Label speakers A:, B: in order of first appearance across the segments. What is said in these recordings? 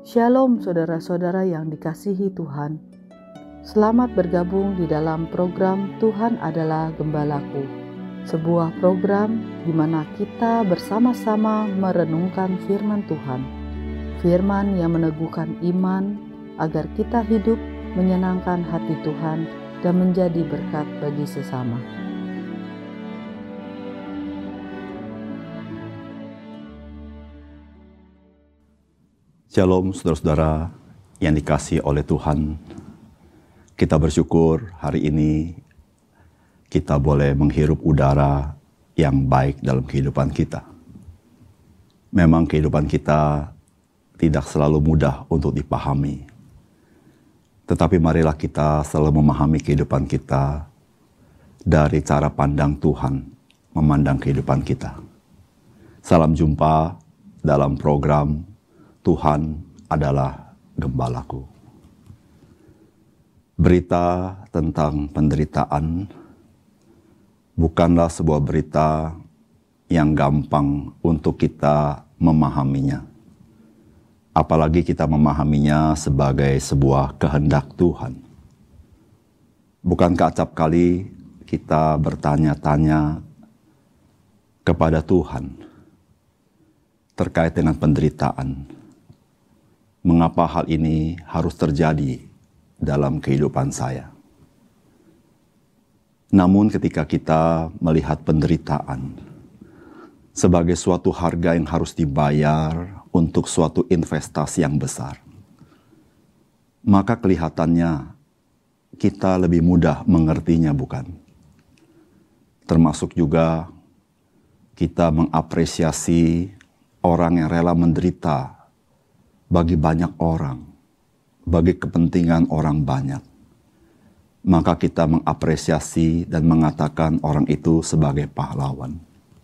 A: Shalom saudara-saudara yang dikasihi Tuhan. Selamat bergabung di dalam program Tuhan adalah Gembalaku. Sebuah program di mana kita bersama-sama merenungkan firman Tuhan. Firman yang meneguhkan iman agar kita hidup menyenangkan hati Tuhan dan menjadi berkat bagi sesama.
B: Shalom saudara-saudara yang dikasihi oleh Tuhan. Kita bersyukur hari ini kita boleh menghirup udara yang baik dalam kehidupan kita. Memang kehidupan kita tidak selalu mudah untuk dipahami. Tetapi marilah kita selalu memahami kehidupan kita dari cara pandang Tuhan memandang kehidupan kita. Salam jumpa dalam program Tuhan adalah Gembalaku. Berita tentang penderitaan bukanlah sebuah berita yang gampang untuk kita memahaminya. Apalagi kita memahaminya sebagai sebuah kehendak Tuhan. Bukankah acap kali kita bertanya-tanya kepada Tuhan terkait dengan penderitaan? Mengapa hal ini harus terjadi dalam kehidupan saya? Namun ketika kita melihat penderitaan sebagai suatu harga yang harus dibayar untuk suatu investasi yang besar, maka kelihatannya kita lebih mudah mengertinya, bukan? Termasuk juga kita mengapresiasi orang yang rela menderita bagi banyak orang, bagi kepentingan orang banyak. Maka kita mengapresiasi dan mengatakan orang itu sebagai pahlawan.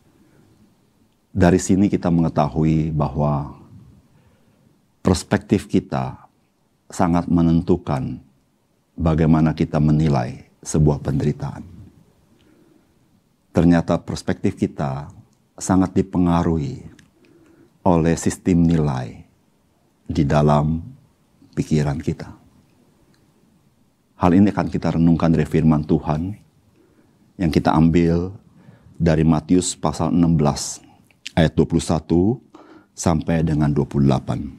B: Dari sini kita mengetahui bahwa perspektif kita sangat menentukan bagaimana kita menilai sebuah penderitaan. Ternyata perspektif kita sangat dipengaruhi oleh sistem nilai di dalam pikiran kita. Hal ini akan kita renungkan dari firman Tuhan yang kita ambil dari Matius pasal 16 ayat 21 sampai dengan 28.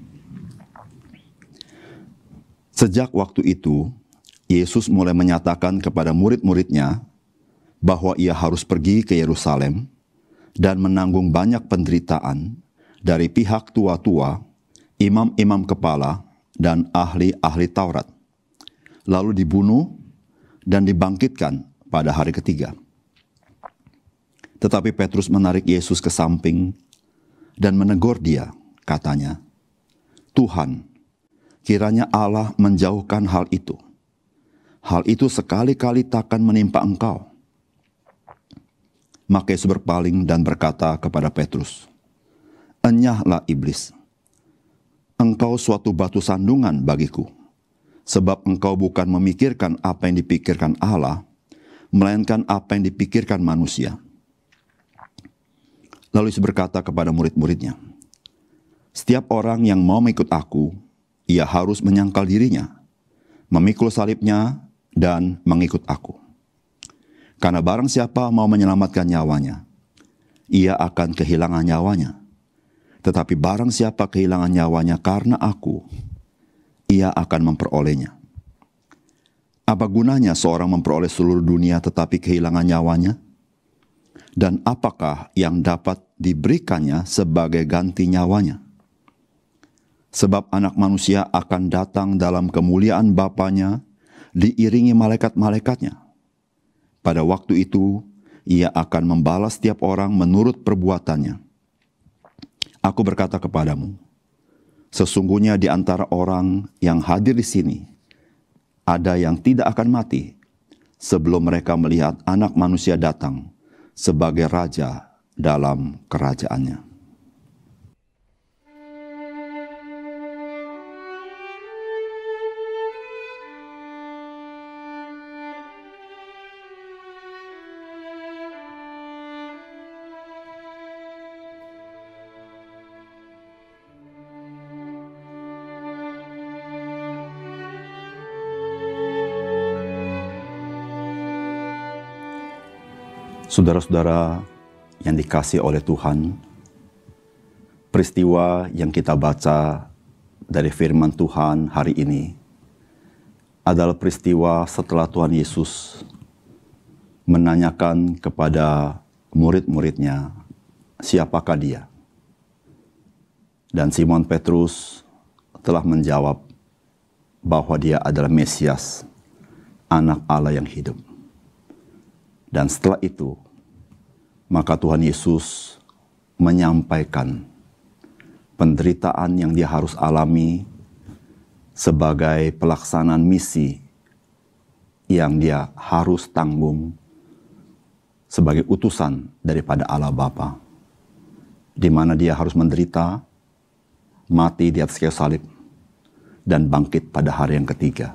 B: Sejak waktu itu, Yesus mulai menyatakan kepada murid-muridnya bahwa ia harus pergi ke Yerusalem dan menanggung banyak penderitaan dari pihak tua-tua, imam-imam kepala, dan ahli-ahli Taurat, lalu dibunuh dan dibangkitkan pada hari ketiga. Tetapi Petrus menarik Yesus ke samping dan menegur dia, katanya, "Tuhan, kiranya Allah menjauhkan hal itu. Hal itu sekali-kali takkan menimpa engkau." Maka Yesus berpaling dan berkata kepada Petrus, "Enyahlah iblis. Engkau suatu batu sandungan bagiku, sebab engkau bukan memikirkan apa yang dipikirkan Allah, melainkan apa yang dipikirkan manusia." Lalu Yesus berkata kepada murid-muridnya, "Setiap orang yang mau mengikut aku, ia harus menyangkal dirinya, memikul salibnya, dan mengikut aku. Karena barang siapa mau menyelamatkan nyawanya, ia akan kehilangan nyawanya. Tetapi barang siapa kehilangan nyawanya karena aku, ia akan memperolehnya. Apa gunanya seorang memperoleh seluruh dunia tetapi kehilangan nyawanya? Dan apakah yang dapat diberikannya sebagai ganti nyawanya? Sebab anak manusia akan datang dalam kemuliaan Bapanya, diiringi malaikat-malaikatnya. Pada waktu itu, ia akan membalas setiap orang menurut perbuatannya. Aku berkata kepadamu, sesungguhnya di antara orang yang hadir di sini, ada yang tidak akan mati sebelum mereka melihat Anak Manusia datang sebagai Raja dalam kerajaannya." Saudara-saudara yang dikasihi oleh Tuhan, peristiwa yang kita baca dari firman Tuhan hari ini adalah peristiwa setelah Tuhan Yesus menanyakan kepada murid-muridnya, siapakah dia? Dan Simon Petrus telah menjawab bahwa dia adalah Mesias, anak Allah yang hidup. Dan setelah itu, maka Tuhan Yesus menyampaikan penderitaan yang dia harus alami sebagai pelaksanaan misi yang dia harus tanggung sebagai utusan daripada Allah Bapa, di mana dia harus menderita, mati di atas kayu salib, dan bangkit pada hari yang ketiga.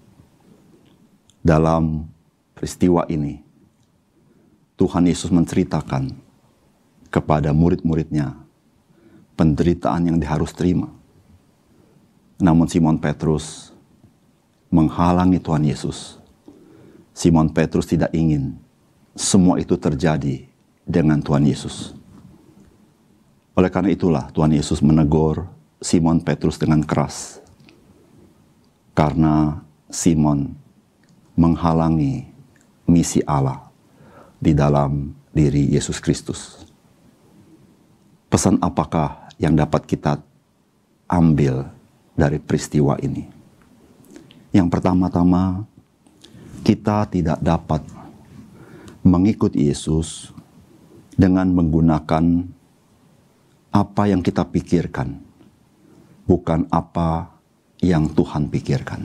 B: Dalam peristiwa ini, Tuhan Yesus menceritakan kepada murid-muridnya penderitaan yang dia harus terima. Namun Simon Petrus menghalangi Tuhan Yesus. Simon Petrus tidak ingin semua itu terjadi dengan Tuhan Yesus. Oleh karena itulah Tuhan Yesus menegur Simon Petrus dengan keras. Karena Simon menghalangi misi Allah di dalam diri Yesus Kristus. Pesan apakah yang dapat kita ambil dari peristiwa ini? Yang pertama-tama, kita tidak dapat mengikut Yesus dengan menggunakan apa yang kita pikirkan, bukan apa yang Tuhan pikirkan.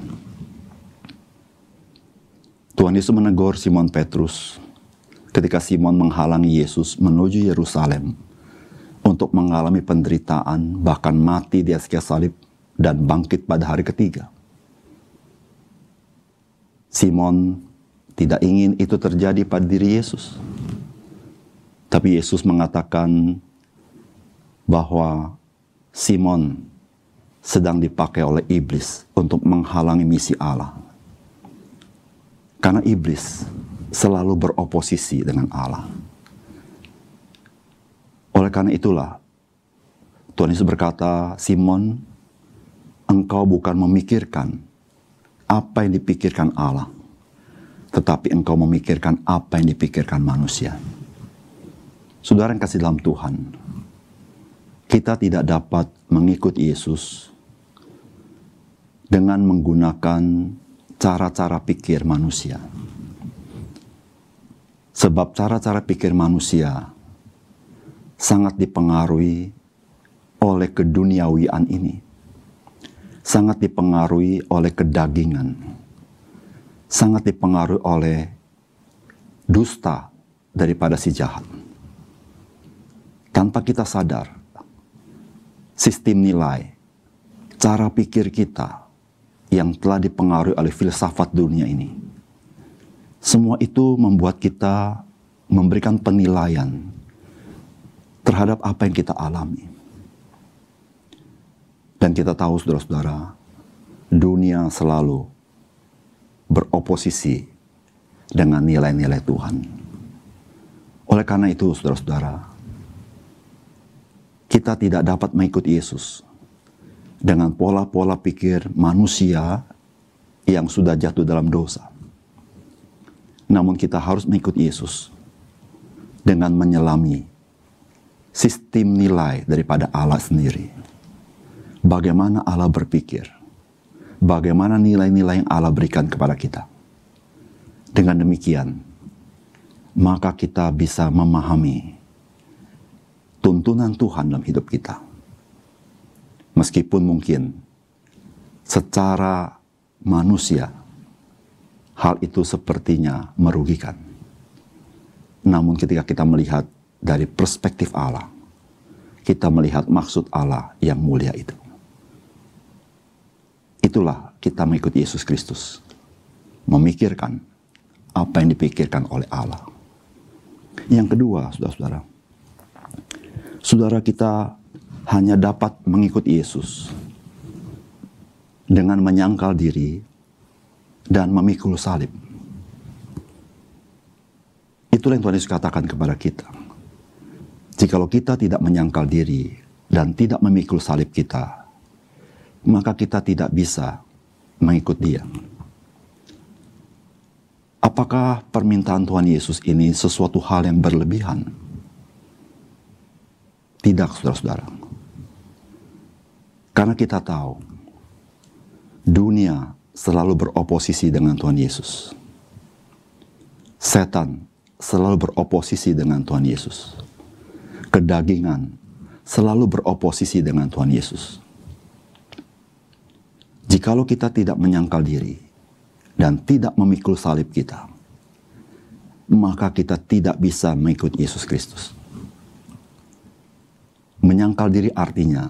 B: Tuhan Yesus menegur Simon Petrus ketika Simon menghalangi Yesus menuju Yerusalem untuk mengalami penderitaan, bahkan mati di atas kayu salib dan bangkit pada hari ketiga. Simon tidak ingin itu terjadi pada diri Yesus. Tapi Yesus mengatakan bahwa Simon sedang dipakai oleh iblis untuk menghalangi misi Allah. Karena iblis selalu beroposisi dengan Allah. Oleh karena itulah, Tuhan Yesus berkata, Simon, engkau bukan memikirkan apa yang dipikirkan Allah, tetapi engkau memikirkan apa yang dipikirkan manusia. Saudara yang kasih dalam Tuhan, kita tidak dapat mengikuti Yesus dengan menggunakan cara-cara pikir manusia. Sebab cara-cara pikir manusia sangat dipengaruhi oleh keduniawian ini. Sangat dipengaruhi oleh kedagingan. Sangat dipengaruhi oleh dusta daripada si jahat. Tanpa kita sadar, sistem nilai, cara pikir kita yang telah dipengaruhi oleh filsafat dunia ini, semua itu membuat kita memberikan penilaian terhadap apa yang kita alami. Dan kita tahu, saudara-saudara, dunia selalu beroposisi dengan nilai-nilai Tuhan. Oleh karena itu, saudara-saudara, kita tidak dapat mengikuti Yesus dengan pola-pola pikir manusia yang sudah jatuh dalam dosa. Namun kita harus mengikuti Yesus dengan menyelami sistem nilai daripada Allah sendiri. Bagaimana Allah berpikir, bagaimana nilai-nilai yang Allah berikan kepada kita. Dengan demikian, maka kita bisa memahami tuntunan Tuhan dalam hidup kita. Meskipun mungkin secara manusia hal itu sepertinya merugikan. Namun ketika kita melihat dari perspektif Allah, kita melihat maksud Allah yang mulia itu. Itulah kita mengikuti Yesus Kristus. Memikirkan apa yang dipikirkan oleh Allah. Yang kedua, saudara-saudara, saudara kita hanya dapat mengikuti Yesus dengan menyangkal diri dan memikul salib. Itulah yang Tuhan Yesus katakan kepada kita. Jikalau kita tidak menyangkal diri dan tidak memikul salib kita, maka kita tidak bisa mengikut Dia. Apakah permintaan Tuhan Yesus ini sesuatu hal yang berlebihan? Tidak, saudara-saudara. Karena kita tahu, dunia selalu beroposisi dengan Tuhan Yesus. Setan selalu beroposisi dengan Tuhan Yesus. Kedagingan selalu beroposisi dengan Tuhan Yesus. Jikalau kita tidak menyangkal diri dan tidak memikul salib kita, maka kita tidak bisa mengikut Yesus Kristus. Menyangkal diri artinya,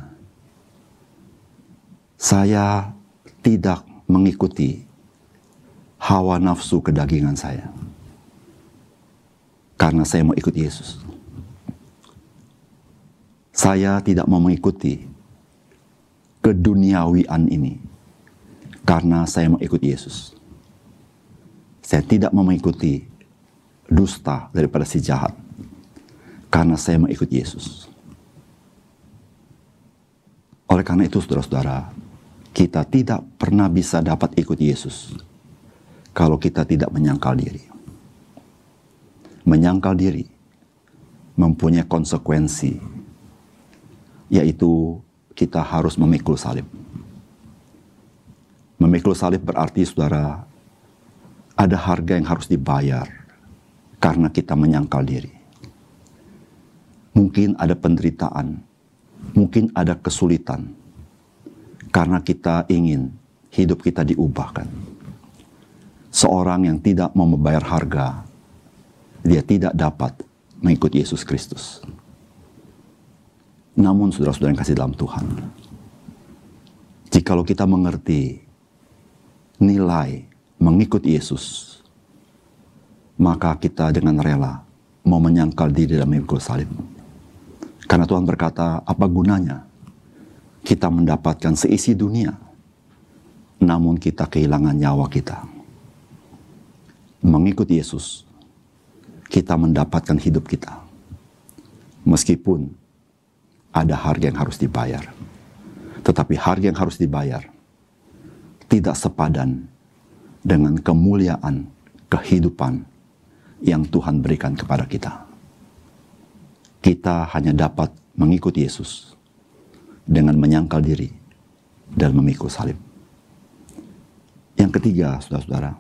B: saya tidak mengikuti hawa nafsu kedagingan saya. Karena saya mau ikut Yesus. Saya tidak mau mengikuti keduniawian ini. Karena saya mau ikut Yesus. Saya tidak mau mengikuti dusta daripada si jahat. Karena saya mau ikut Yesus. Oleh karena itu, saudara-saudara, kita tidak pernah bisa dapat ikut Yesus kalau kita tidak menyangkal diri. Menyangkal diri mempunyai konsekuensi, yaitu kita harus memikul salib. Memikul salib berarti, saudara, ada harga yang harus dibayar karena kita menyangkal diri. Mungkin ada penderitaan, mungkin ada kesulitan, karena kita ingin hidup kita diubahkan. Seorang yang tidak mau membayar harga, dia tidak dapat mengikut Yesus Kristus. Namun saudara-saudara yang kasih dalam Tuhan, jikalau kita mengerti nilai mengikut Yesus, maka kita dengan rela mau menyangkal diri dan memikul salib. Karena Tuhan berkata, apa gunanya kita mendapatkan seisi dunia, namun kita kehilangan nyawa kita. Mengikut Yesus, kita mendapatkan hidup kita. Meskipun ada harga yang harus dibayar. Tetapi harga yang harus dibayar tidak sepadan dengan kemuliaan kehidupan yang Tuhan berikan kepada kita. Kita hanya dapat mengikut Yesus dengan menyangkal diri dan memikul salib. Yang ketiga, saudara-saudara,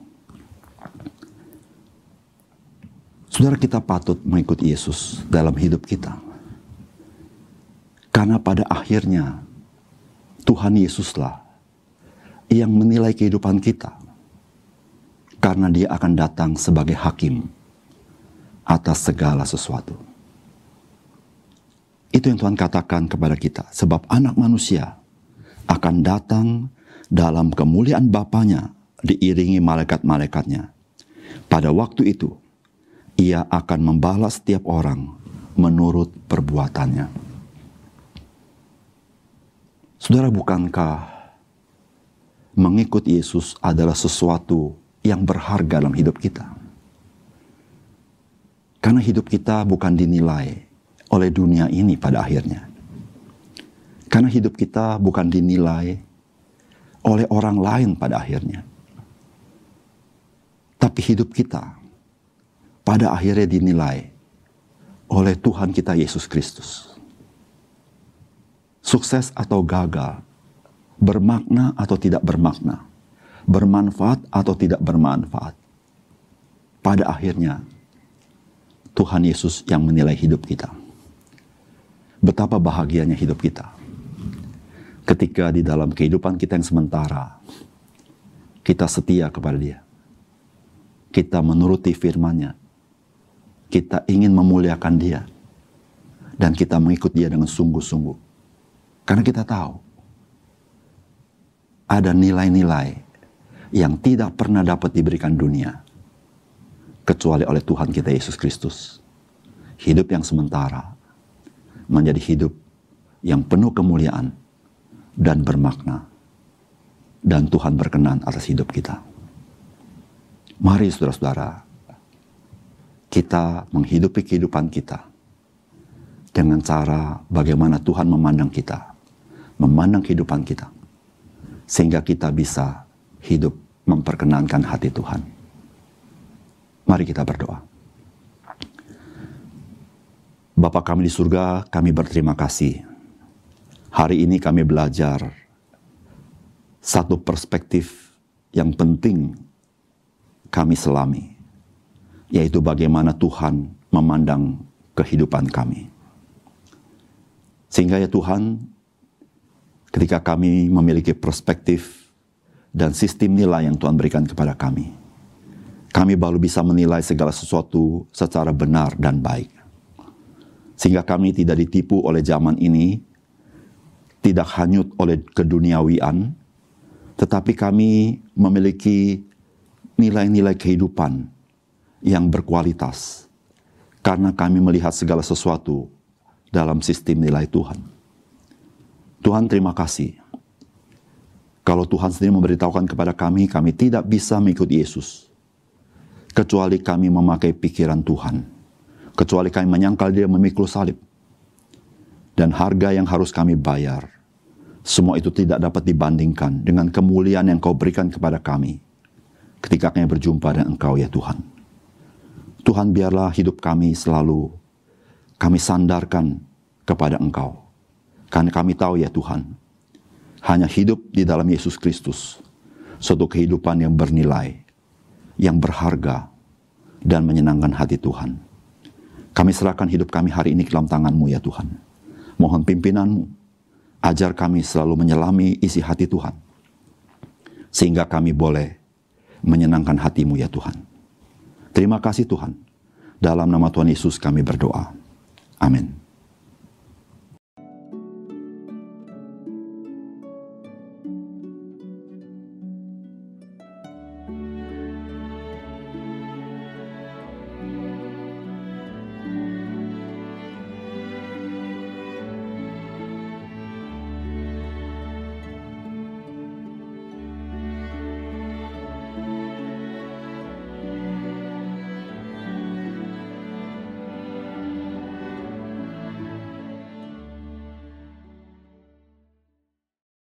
B: saudara, kita patut mengikuti Yesus dalam hidup kita. Karena pada akhirnya Tuhan Yesuslah yang menilai kehidupan kita. Karena Dia akan datang sebagai hakim atas segala sesuatu. Itu yang Tuhan katakan kepada kita. Sebab anak manusia akan datang dalam kemuliaan Bapanya diiringi malaikat-malaikatnya. Pada waktu itu, Ia akan membalas setiap orang menurut perbuatannya. Saudara, bukankah mengikut Yesus adalah sesuatu yang berharga dalam hidup kita? Karena hidup kita bukan dinilai oleh dunia ini pada akhirnya. Karena hidup kita bukan dinilai oleh orang lain pada akhirnya. Tapi hidup kita pada akhirnya dinilai oleh Tuhan kita Yesus Kristus. Sukses atau gagal, bermakna atau tidak bermakna, bermanfaat atau tidak bermanfaat, pada akhirnya Tuhan Yesus yang menilai hidup kita. Betapa bahagianya hidup kita ketika di dalam kehidupan kita yang sementara kita setia kepada Dia, kita menuruti firman-Nya, kita ingin memuliakan Dia, dan kita mengikut Dia dengan sungguh-sungguh. Karena kita tahu ada nilai-nilai yang tidak pernah dapat diberikan dunia kecuali oleh Tuhan kita Yesus Kristus. Hidup yang sementara menjadi hidup yang penuh kemuliaan dan bermakna, dan Tuhan berkenan atas hidup kita. Mari saudara-saudara, kita menghidupi kehidupan kita dengan cara bagaimana Tuhan memandang kita, memandang kehidupan kita, sehingga kita bisa hidup memperkenankan hati Tuhan. Mari kita berdoa. Bapa kami di surga, kami berterima kasih. Hari ini kami belajar satu perspektif yang penting kami selami, yaitu bagaimana Tuhan memandang kehidupan kami. Sehingga ya Tuhan, ketika kami memiliki perspektif dan sistem nilai yang Tuhan berikan kepada kami baru bisa menilai segala sesuatu secara benar dan baik. Sehingga kami tidak ditipu oleh zaman ini, tidak hanyut oleh keduniawian, tetapi kami memiliki nilai-nilai kehidupan yang berkualitas, karena kami melihat segala sesuatu dalam sistem nilai Tuhan. Tuhan, terima kasih. Kalau Tuhan sendiri memberitahukan kepada kami tidak bisa mengikuti Yesus, kecuali kami memakai pikiran Tuhan, kecuali kami menyangkal Dia memikul salib. Dan harga yang harus kami bayar, semua itu tidak dapat dibandingkan dengan kemuliaan yang Kau berikan kepada kami ketika kami berjumpa dengan Engkau ya Tuhan. Tuhan, biarlah hidup kami selalu kami sandarkan kepada Engkau. Karena kami tahu ya Tuhan, hanya hidup di dalam Yesus Kristus, suatu kehidupan yang bernilai, yang berharga, dan menyenangkan hati Tuhan. Kami serahkan hidup kami hari ini ke dalam tangan-Mu ya Tuhan. Mohon pimpinan-Mu, ajar kami selalu menyelami isi hati Tuhan, sehingga kami boleh menyenangkan hati-Mu ya Tuhan. Terima kasih Tuhan. Dalam nama Tuhan Yesus kami berdoa. Amin.